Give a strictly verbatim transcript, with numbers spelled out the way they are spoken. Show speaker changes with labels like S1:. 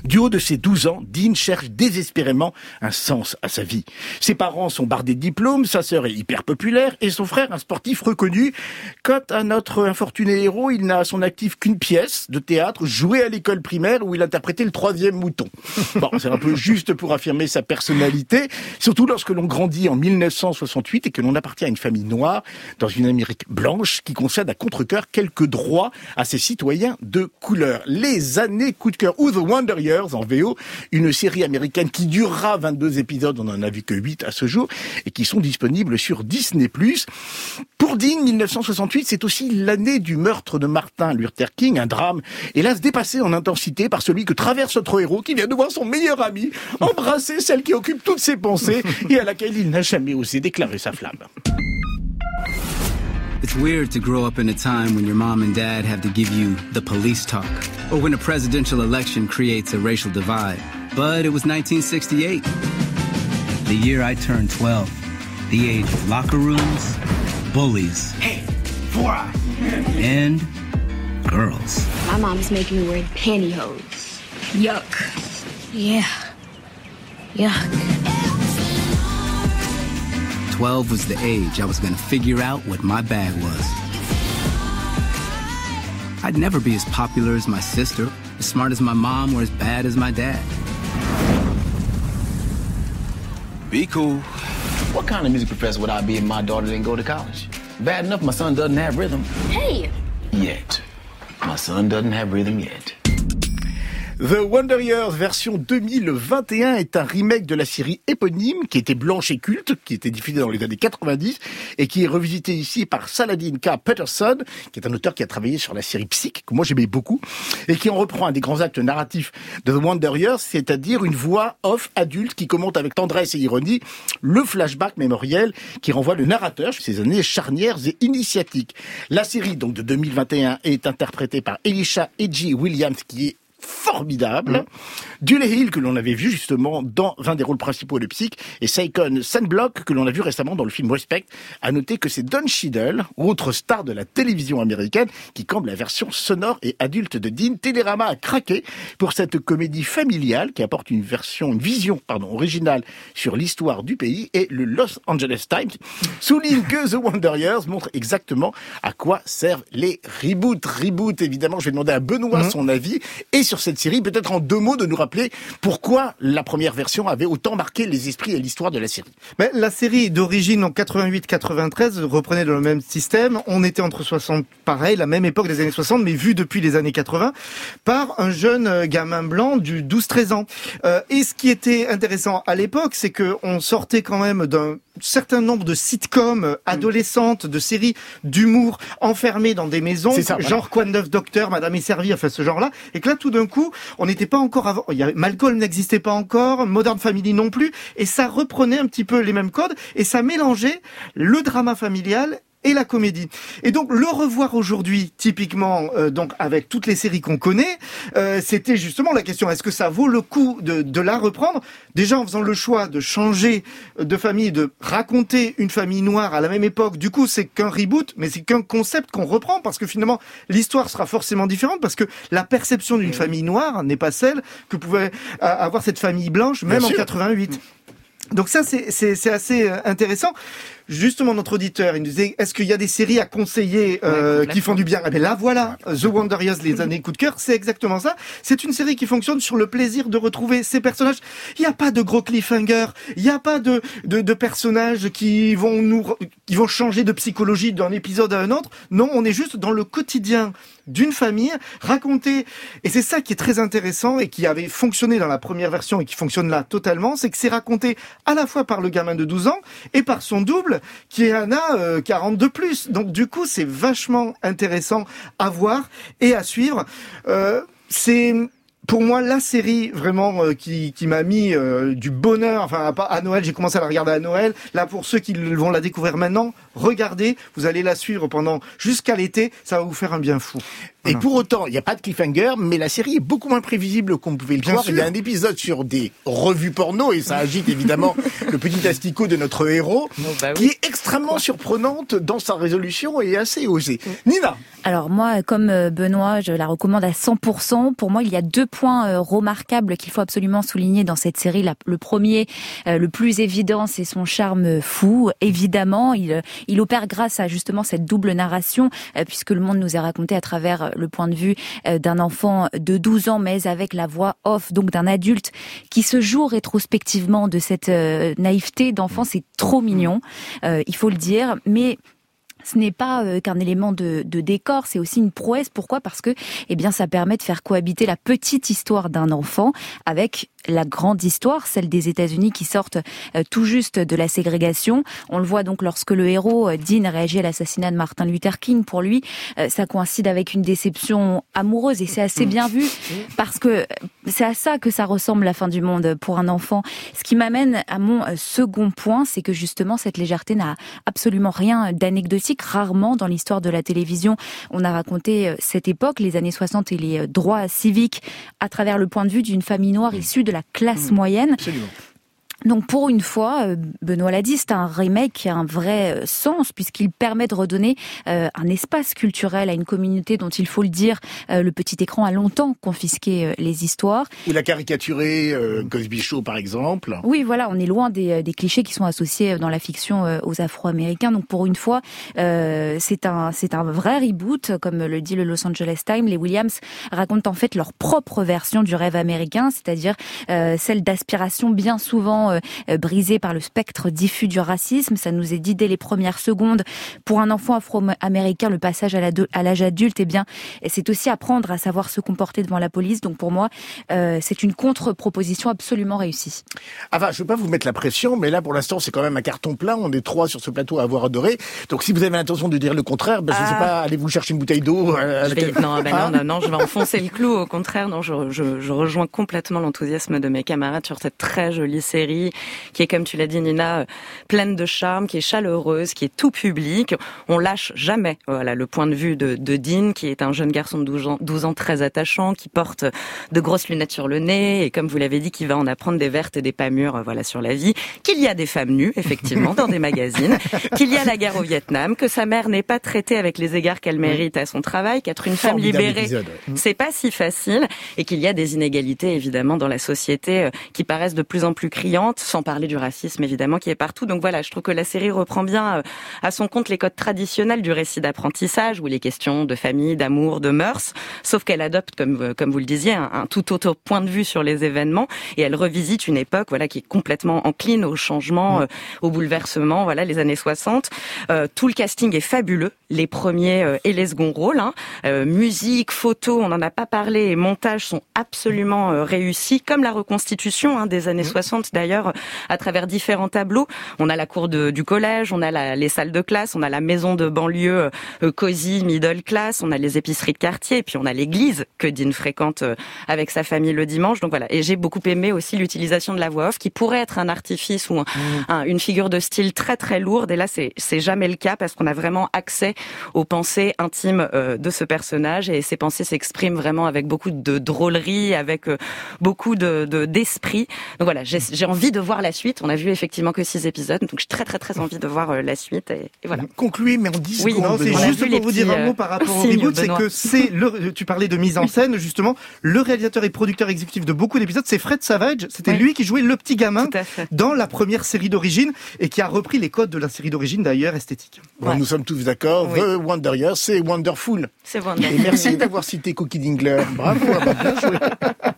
S1: Du haut de ses douze ans, Dean cherche désespérément un sens à sa vie. Ses parents sont bardés de diplômes, sa sœur est hyper populaire et son frère un sportif reconnu. Quant à notre infortuné héros, il n'a à son actif qu'une pièce de théâtre jouée à l'école primaire où il interprétait le troisième mouton. Bon, c'est un peu juste pour affirmer sa personnalité, surtout lorsque l'on grandit en mille neuf cent soixante-huit et que l'on appartient à une famille noire dans une Amérique blanche qui concède à contre-cœur quelques droits à ses citoyens de couleur. Les années coup de cœur ou The Wonder Years en V O, une série américaine qui durera vingt-deux épisodes, on en a vu que huit à ce jour, et qui sont disponibles sur Disney plus. Pour Dean, mille neuf cent soixante-huit, c'est aussi l'année du meurtre de Martin Luther King, un drame, hélas dépassé en intensité par celui que traverse notre héros qui vient de voir son meilleur ami embrasser celle qui occupe toutes ses pensées et à laquelle il n'a jamais osé déclarer sa flamme.
S2: It's weird to grow up in a time when your mom and dad have to give you the police talk, or when a presidential election creates a racial divide. But it was nineteen sixty-eight, the year I turned twelve, the age of locker rooms, bullies,
S1: hey, four eyes,
S2: and girls.
S3: My mom's making me wear pantyhose. Yuck. Yeah. Yuck.
S2: twelve was the age I was going to figure out what my bag was. I'd never be as popular as my sister, as smart as my mom, or as bad as my dad.
S4: Be cool. What kind of music professor would I be if my daughter didn't go to college? Bad enough my son doesn't have rhythm.
S3: Hey!
S4: Yet. My son doesn't have rhythm yet.
S1: The Wonder Years version deux mille vingt et un est un remake de la série éponyme qui était blanche et culte, qui était diffusée dans les années quatre-vingt-dix et qui est revisitée ici par Saladin K. Peterson, qui est un auteur qui a travaillé sur la série Psych, que moi j'aimais beaucoup, et qui en reprend un des grands actes narratifs de The Wonder Years, c'est-à-dire une voix off adulte qui commente avec tendresse et ironie le flashback mémoriel qui renvoie le narrateur sur ses années charnières et initiatiques. La série donc de deux mille vingt et un est interprétée par Elisha Edgy Williams, qui est formidable. Mmh. Dule Hill, que l'on avait vu justement dans un des rôles principaux de Psych, et Saikon Sandblock, que l'on a vu récemment dans le film Respect. À noter que c'est Don Cheadle, autre star de la télévision américaine, qui campe la version sonore et adulte de Dean. Télérama a craqué pour cette comédie familiale qui apporte une version, une vision, pardon, originale sur l'histoire du pays, et le Los Angeles Times souligne que The Wonder Years montre exactement à quoi servent les reboots. Reboot, évidemment, je vais demander à Benoît mmh. son avis, et sur cette série, peut-être en deux mots de nous rappeler pourquoi la première version avait autant marqué les esprits et l'histoire de la série.
S5: Mais la série d'origine en quatre-vingt-huit quatre-vingt-treize reprenait dans le même système. On était entre soixante, pareil, la même époque des années soixante, mais vu depuis les années quatre-vingts, par un jeune gamin blanc du douze treize ans. Euh, et ce qui était intéressant à l'époque, c'est que on sortait quand même d'un certain nombre de sitcoms adolescentes, de séries d'humour enfermées dans des maisons, ça, genre voilà. Quoi de neuf Docteur, Madame est servie, enfin ce genre-là, et que là tout d'un coup, on n'était pas encore avant, il y avait, Malcolm n'existait pas encore, Modern Family non plus, et ça reprenait un petit peu les mêmes codes, et ça mélangeait le drama familial et la comédie. Et donc le revoir aujourd'hui, typiquement, euh, donc avec toutes les séries qu'on connaît, euh, c'était justement la question, est-ce que ça vaut le coup de, de la reprendre? Déjà en faisant le choix de changer de famille, de raconter une famille noire à la même époque, du coup c'est qu'un reboot, mais c'est qu'un concept qu'on reprend, parce que finalement l'histoire sera forcément différente, parce que la perception d'une famille noire n'est pas celle que pouvait avoir cette famille blanche, même en quatre-vingt-huit. Donc ça, c'est, c'est, c'est assez intéressant. Justement, notre auditeur, il nous disait, est-ce qu'il y a des séries à conseiller euh, ouais, qui font du bien? Eh bien là, voilà, The Wonder Years, les années coup de cœur, c'est exactement ça. C'est une série qui fonctionne sur le plaisir de retrouver ces personnages. Il n'y a pas de gros cliffhanger, il n'y a pas de, de, de personnages qui vont nous, qui vont changer de psychologie d'un épisode à un autre. Non, on est juste dans le quotidien d'une famille, raconté, et c'est ça qui est très intéressant et qui avait fonctionné dans la première version et qui fonctionne là totalement, c'est que c'est raconté à la fois par le gamin de douze ans et par son double, qui en a euh, quarante de plus. Donc du coup, c'est vachement intéressant à voir et à suivre. Euh, c'est... Pour moi, la série vraiment euh, qui, qui m'a mis euh, du bonheur, enfin à, à Noël, j'ai commencé à la regarder à Noël. Là, pour ceux qui vont la découvrir maintenant, regardez, vous allez la suivre pendant jusqu'à l'été, ça va vous faire un bien fou.
S1: Et pour autant, il n'y a pas de cliffhanger, mais la série est beaucoup moins prévisible qu'on pouvait le croire. Il y a un épisode sur des revues porno, et ça agite évidemment le petit asticot de notre héros, oh bah oui. qui est extrêmement surprenante dans sa résolution et assez osée. Nina?
S6: Alors moi, comme Benoît, je la recommande à cent pour cent. Pour moi, il y a deux points points euh, remarquables qu'il faut absolument souligner dans cette série. La, le premier, euh, le plus évident, c'est son charme fou. Évidemment, il, il opère grâce à justement cette double narration, euh, puisque le monde nous est raconté à travers le point de vue euh, d'un enfant de douze ans, mais avec la voix off, donc d'un adulte qui se joue rétrospectivement de cette euh, naïveté d'enfant. C'est trop mignon, euh, il faut le dire, mais ce n'est pas euh, qu'un élément de, de décor, c'est aussi une prouesse. Pourquoi ? Parce que, eh bien, ça permet de faire cohabiter la petite histoire d'un enfant avec la grande histoire, celle des États-Unis qui sortent euh, tout juste de la ségrégation. On le voit donc lorsque le héros, euh, Dean, réagit à l'assassinat de Martin Luther King. Pour lui, euh, ça coïncide avec une déception amoureuse et c'est assez bien vu parce que c'est à ça que ça ressemble la fin du monde pour un enfant. Ce qui m'amène à mon euh, second point, c'est que justement cette légèreté n'a absolument rien d'anecdotique. Rarement dans l'histoire de la télévision, on a raconté cette époque, les années soixante et les droits civiques à travers le point de vue d'une famille noire issue de la classe mmh. moyenne.
S1: Absolument.
S6: Donc pour une fois, Benoît l'a dit, c'est un remake qui a un vrai sens puisqu'il permet de redonner euh, un espace culturel à une communauté dont, il faut le dire, euh, le petit écran a longtemps confisqué euh, les histoires.
S1: Ou la caricaturé euh, Cosby Show par exemple.
S6: Oui, voilà, on est loin des, des clichés qui sont associés dans la fiction euh, aux Afro-Américains. Donc pour une fois, euh, c'est un c'est un vrai reboot, comme le dit le Los Angeles Times. Les Williams racontent en fait leur propre version du rêve américain, c'est-à-dire euh, celle d'aspiration bien souvent Euh, brisé par le spectre diffus du racisme. Ça nous est dit dès les premières secondes. Pour un enfant afro-américain, le passage à, la de, à l'âge adulte, eh bien, c'est aussi apprendre à savoir se comporter devant la police. Donc pour moi, euh, c'est une contre-proposition absolument réussie.
S1: Enfin, je ne veux pas vous mettre la pression, mais là, pour l'instant, c'est quand même un carton plein. On est trois sur ce plateau à avoir adoré. Donc si vous avez l'intention de dire le contraire, ben, je ne ah. sais pas, allez-vous chercher une bouteille d'eau euh,
S7: je vais... Non, ben non, non, non, je vais enfoncer le clou. Au contraire, non, je, je, je rejoins complètement l'enthousiasme de mes camarades sur cette très jolie série qui est, comme tu l'as dit Nina, pleine de charme, qui est chaleureuse, qui est tout public. On lâche jamais voilà, le point de vue de, de Dean, qui est un jeune garçon de douze ans, douze ans très attachant, qui porte de grosses lunettes sur le nez, et comme vous l'avez dit, qui va en apprendre des vertes et des pas mûres voilà, sur la vie, qu'il y a des femmes nues, effectivement, dans des magazines, qu'il y a la guerre au Vietnam, que sa mère n'est pas traitée avec les égards qu'elle mérite à son travail, qu'être une femme libérée, épisode. c'est pas si facile, et qu'il y a des inégalités, évidemment, dans la société, euh, qui paraissent de plus en plus criantes, sans parler du racisme évidemment qui est partout. Donc voilà, je trouve que la série reprend bien euh, à son compte les codes traditionnels du récit d'apprentissage, où il est question de famille, d'amour, de mœurs, sauf qu'elle adopte, comme euh, comme vous le disiez, un, un tout autre point de vue sur les événements, et elle revisite une époque voilà qui est complètement encline au changement, euh, au bouleversement. Voilà, les années soixante. Euh, tout le casting est fabuleux, les premiers euh, et les seconds rôles. Hein. Euh, musique, photo, on n'en a pas parlé, et montage sont absolument euh, réussis, comme la reconstitution hein, des années soixante d'ailleurs, à travers différents tableaux. On a la cour de, du collège, on a la, les salles de classe, on a la maison de banlieue euh, cosy, middle class, on a les épiceries de quartier, et puis on a l'église que Dean fréquente euh, avec sa famille le dimanche. Donc voilà. Et j'ai beaucoup aimé aussi l'utilisation de la voix off, qui pourrait être un artifice ou un, mmh. un, une figure de style très très lourde. Et là, c'est, c'est jamais le cas, parce qu'on a vraiment accès aux pensées intimes euh, de ce personnage, et ces pensées s'expriment vraiment avec beaucoup de drôlerie, avec euh, beaucoup de, de d'esprit. Donc voilà, j'ai, j'ai envie de voir la suite. On a vu effectivement que six épisodes, donc j'ai très très très envie de voir euh, la suite, et, et voilà.
S1: Concluez, mais en dix
S5: oui,
S1: secondes.
S5: Non, c'est juste pour vous dire un mot par rapport au reboot, c'est que c'est le, tu parlais de mise en scène, justement, le réalisateur et producteur exécutif de beaucoup d'épisodes, c'est Fred Savage. C'était oui. lui qui jouait le petit gamin dans la première série d'origine, et qui a repris les codes de la série d'origine, d'ailleurs, esthétique.
S1: Bon, ouais. Nous sommes tous d'accord. Oui. The Wonder Years, c'est Wonderful.
S7: C'est Wonderful.
S1: Et merci d'avoir cité Cookie Dingler. Bravo, bien joué.